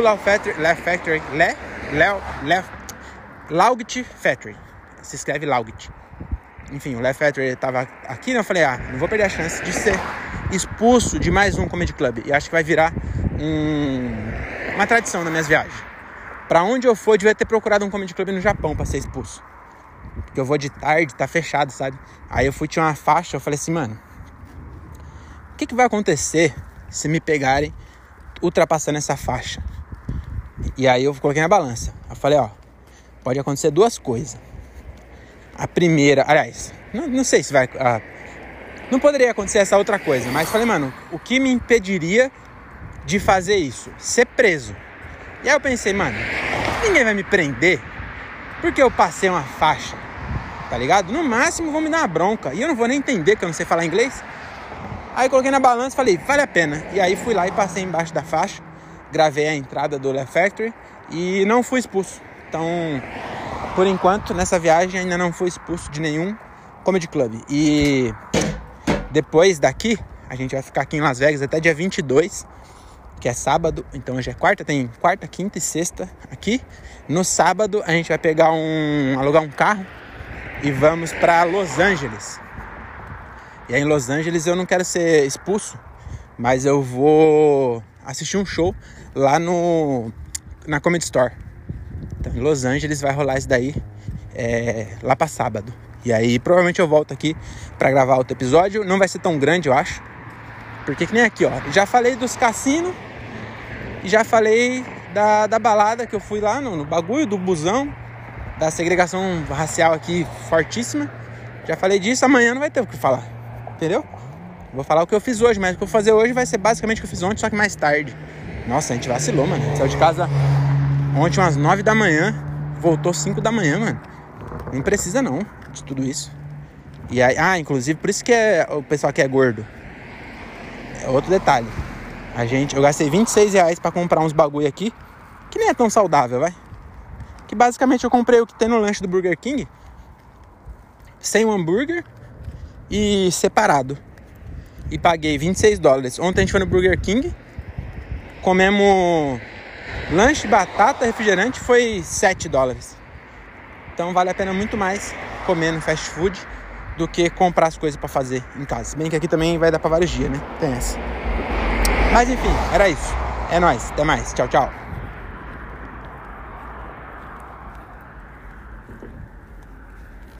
Laugt Factory. Se escreve Laugt. Enfim, o Laugh Factory tava aqui, né? Eu falei, não vou perder a chance de ser expulso de mais um comedy club. E acho que vai virar uma tradição nas minhas viagens. Pra onde eu for, eu devia ter procurado um comedy club no Japão pra ser expulso. Porque eu vou de tarde, tá fechado, sabe? Aí eu tinha uma faixa, eu falei assim, mano, o que vai acontecer se me pegarem ultrapassando essa faixa? E aí eu coloquei na balança. Eu falei, ó, pode acontecer duas coisas. A primeira, aliás, não sei se vai... não poderia acontecer essa outra coisa, mas falei, mano, o que me impediria de fazer isso? Ser preso. E aí eu pensei, mano, ninguém vai me prender porque eu passei uma faixa, tá ligado? No máximo vão me dar uma bronca. E eu não vou nem entender que eu não sei falar inglês. Aí eu coloquei na balança e falei, vale a pena. E aí fui lá e passei embaixo da faixa. Gravei a entrada do Le Factory e não fui expulso. Então, por enquanto, nessa viagem ainda não fui expulso de nenhum comedy club. E depois daqui, a gente vai ficar aqui em Las Vegas até dia 22, que é sábado. Então hoje é quarta, tem quarta, quinta e sexta aqui. No sábado a gente vai alugar um carro e vamos para Los Angeles. E aí em Los Angeles eu não quero ser expulso, mas eu vou assistir um show lá na Comedy Store. Então em Los Angeles vai rolar isso daí lá para sábado. E aí provavelmente eu volto aqui para gravar outro episódio. Não vai ser tão grande, eu acho, porque que nem aqui, ó, já falei dos cassinos e já falei da balada que eu fui lá no bagulho do busão, da segregação racial aqui fortíssima. Já falei disso, amanhã não vai ter o que falar, entendeu? Vou falar o que eu fiz hoje, mas o que eu vou fazer hoje vai ser basicamente o que eu fiz ontem, só que mais tarde. Nossa, a gente vacilou, mano. Saiu de casa ontem umas 9 da manhã, voltou 5 da manhã, mano. Nem precisa não de tudo isso. E aí, inclusive, por isso que o pessoal que é gordo. É outro detalhe. Eu gastei R$26 pra comprar uns bagulho aqui, que nem é tão saudável, vai. Que basicamente eu comprei o que tem no lanche do Burger King, sem o hambúrguer e separado. E paguei $26. Ontem a gente foi no Burger King, comemos lanche, batata, refrigerante, foi $7. Então vale a pena muito mais comer no fast food do que comprar as coisas pra fazer em casa. Se bem que aqui também vai dar pra vários dias, né? Tem essa. Mas enfim, era isso. É nóis. Até mais. Tchau, tchau.